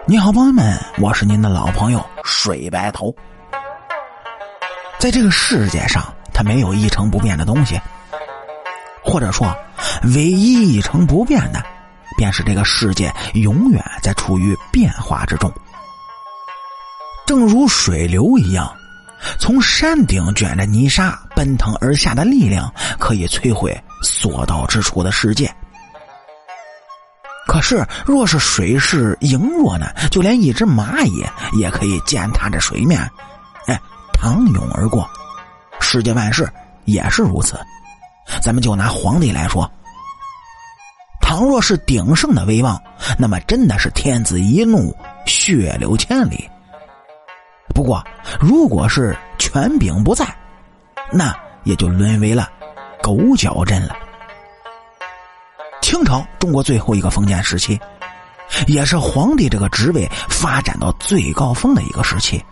你好朋友们，我是您的老朋友水白头。在这个世界上，它没有一成不变的东西，或者说唯一一成不变的便是这个世界永远在处于变化之中。正如水流一样，从山顶卷着泥沙奔腾而下的力量可以摧毁所到之处的世界。可是若是水势羸弱呢，就连一只蚂蚁也可以践踏着水面腾涌而过。世界万事也是如此。咱们就拿皇帝来说，倘若是鼎盛的威望，那么真的是天子一怒，血流千里。不过如果是权柄不在，那也就沦为了狗脚镇了。清朝中国最后一个封建时期，也是皇帝这个职位发展到最高峰的一个时期。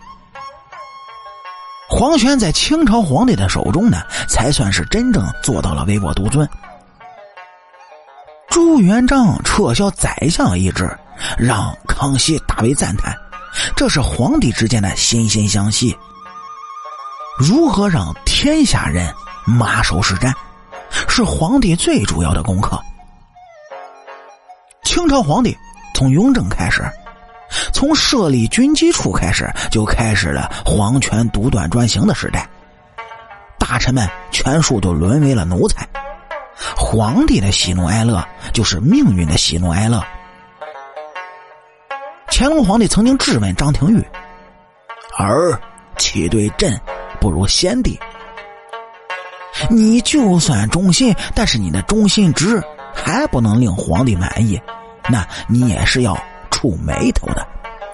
皇权在清朝皇帝的手中呢，才算是真正做到了唯我独尊。朱元璋撤销宰相一职，让康熙大为赞叹，这是皇帝之间的惺惺相惜。如何让天下人马首是瞻，是皇帝最主要的功课。清朝皇帝从雍正开始，从设立军机处开始，就开始了皇权独断专行的时代。大臣们全数都沦为了奴才，皇帝的喜怒哀乐就是命运的喜怒哀乐。乾隆皇帝曾经质问张廷玉，儿岂对朕不如先帝？你就算忠心，但是你的忠心值还不能令皇帝满意，那你也是要触眉头的。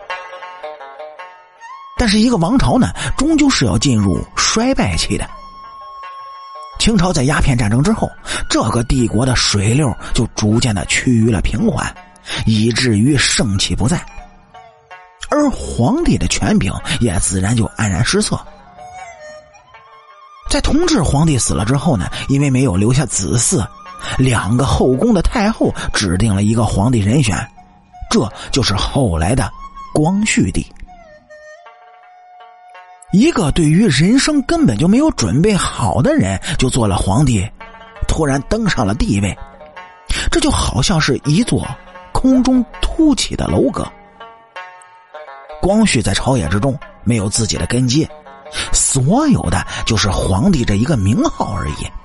但是一个王朝呢，终究是要进入衰败期的。清朝在鸦片战争之后，这个帝国的水流就逐渐的趋于了平缓，以至于盛气不再，而皇帝的权柄也自然就黯然失色。在同治皇帝死了之后呢，因为没有留下子嗣，两个后宫的太后指定了一个皇帝人选，这就是后来的光绪帝。一个对于人生根本就没有准备好的人就做了皇帝，突然登上了帝位，这就好像是一座空中凸起的楼阁。光绪在朝野之中没有自己的根基，所有的就是皇帝这一个名号而已。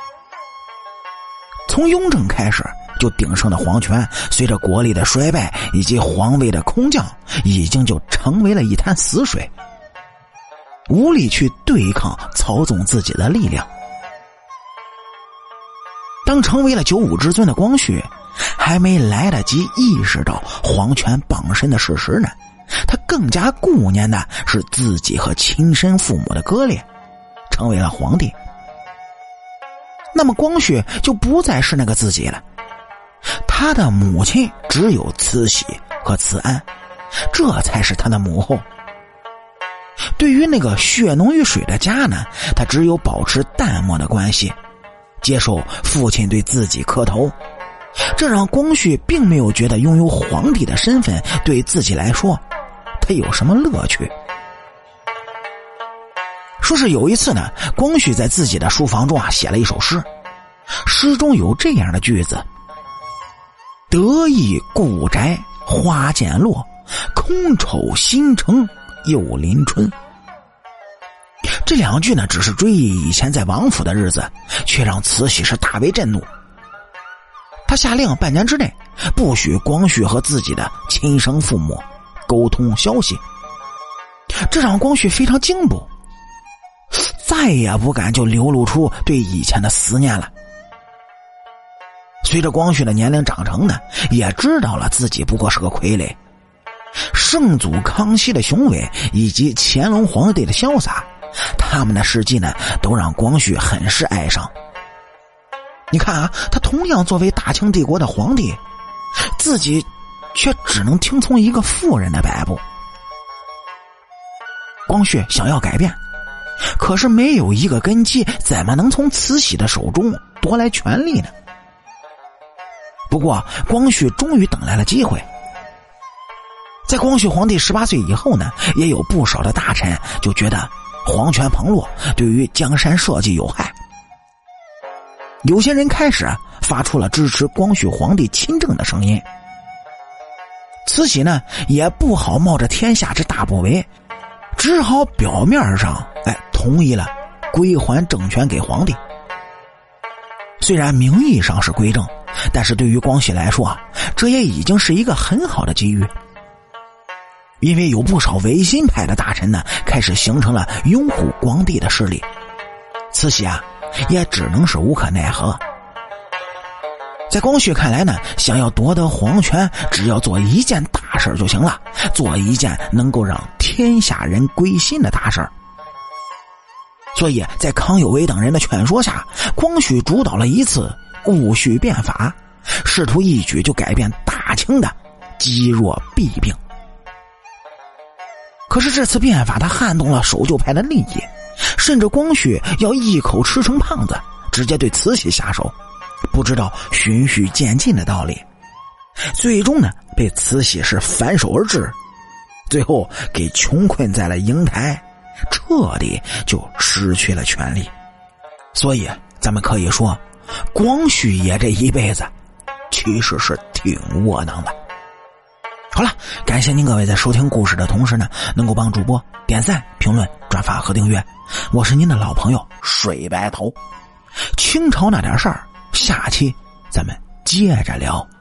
从雍正开始，就鼎盛的皇权随着国力的衰败以及皇位的空降，已经就成为了一滩死水，无力去对抗操纵自己的力量。当成为了95之尊的光绪还没来得及意识到皇权傍身的事实呢，他更加顾念的是自己和亲生父母的割裂，成为了皇帝。那么光绪就不再是那个自己了，他的母亲只有慈禧和慈安，这才是他的母后。对于那个血浓于水的家呢，他只有保持淡漠的关系，接受父亲对自己磕头，这让光绪并没有觉得拥有皇帝的身份对自己来说他有什么乐趣。说是有一次呢，光绪在自己的书房中写了一首诗，诗中有这样的句子：得意故宅花渐落，空瞅新城又临春。这两句呢，只是追忆以前在王府的日子，却让慈禧是大为震怒。他下令半年之内不许光绪和自己的亲生父母沟通消息，这让光绪非常惊怖，再也不敢就流露出对以前的思念了。随着光绪的年龄长成呢，也知道了自己不过是个傀儡，圣祖康熙的雄伟以及乾隆皇帝的潇洒，他们的事迹呢，都让光绪很是哀伤。你看啊，他同样作为大清帝国的皇帝，自己却只能听从一个妇人的摆布。光绪想要改变，可是没有一个根基，怎么能从慈禧的手中夺来权力呢？不过光绪终于等来了机会。 在光绪皇帝18岁以后呢，也有不少的大臣就觉得皇权旁落对于江山社稷有害。有些人开始发出了支持光绪皇帝亲政的声音。慈禧呢也不好冒着天下之大不韪，只好表面上同意了归还政权给皇帝。虽然名义上是归正，但是对于光绪来说这也已经是一个很好的机遇。因为有不少维新派的大臣呢开始形成了拥护光帝的势力，慈禧也只能是无可奈何。在光绪看来呢，想要夺得皇权，只要做一件大事就行了，做一件能够让天下人归心的大事。所以在康有为等人的劝说下，光绪主导了一次戊戌变法，试图一举就改变大清的积弱弊病。可是这次变法它撼动了守旧派的利益，甚至光绪要一口吃成胖子，直接对慈禧下手，不知道循序渐进的道理，最终呢被慈禧是反手而至，最后给穷困在了瀛台，彻底就失去了权力。所以咱们可以说，光绪爷这一辈子其实是挺窝囊的。好了，感谢您各位在收听故事的同时呢，能够帮主播点赞、评论、转发和订阅。我是您的老朋友水白头。清朝那点事儿，下期咱们接着聊。